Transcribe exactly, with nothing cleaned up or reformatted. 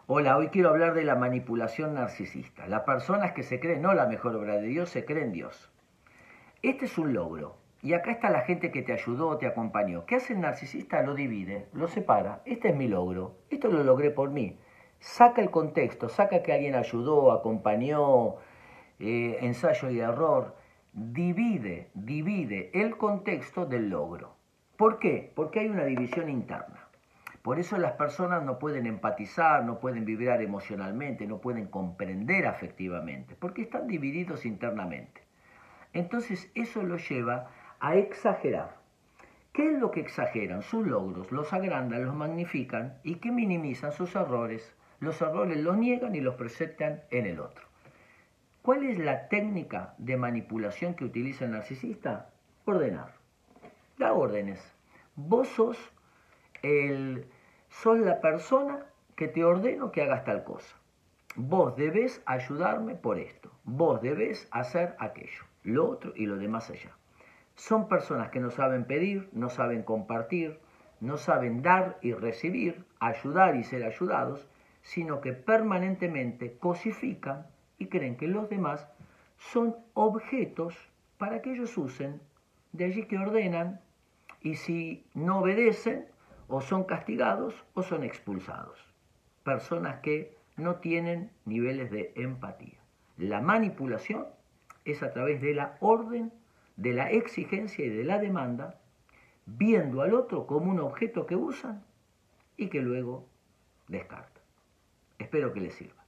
Hola, hoy quiero hablar de la manipulación narcisista. Las personas que se creen no la mejor obra de Dios, se creen Dios. Este es un logro. Y acá está la gente que te ayudó, te acompañó. ¿Qué hace el narcisista? Lo divide, lo separa. Este es mi logro. Esto lo logré por mí. Saca el contexto, saca que alguien ayudó, acompañó, eh, ensayo y error. Divide, divide el contexto del logro. ¿Por qué? Porque hay una división interna. Por eso las personas no pueden empatizar, no pueden vibrar emocionalmente, no pueden comprender afectivamente, porque están divididos internamente. Entonces eso los lleva a exagerar. ¿Qué es lo que exageran? Sus logros, los agrandan, los magnifican y que minimizan sus errores. Los errores los niegan y los proyectan en el otro. ¿Cuál es la técnica de manipulación que utiliza el narcisista? Ordenar. Da órdenes. Vos sos el sos la persona que te ordeno que hagas tal cosa. Vos debés ayudarme por esto. Vos debés hacer aquello, lo otro y lo demás allá. Son personas que no saben pedir, no saben compartir, no saben dar y recibir, ayudar y ser ayudados, sino que permanentemente cosifican y creen que los demás son objetos para que ellos usen. De allí que ordenan y si no obedecen, o son castigados o son expulsados. Personas que no tienen niveles de empatía. La manipulación es a través de la orden, de la exigencia y de la demanda, viendo al otro como un objeto que usan y que luego descartan. Espero que les sirva.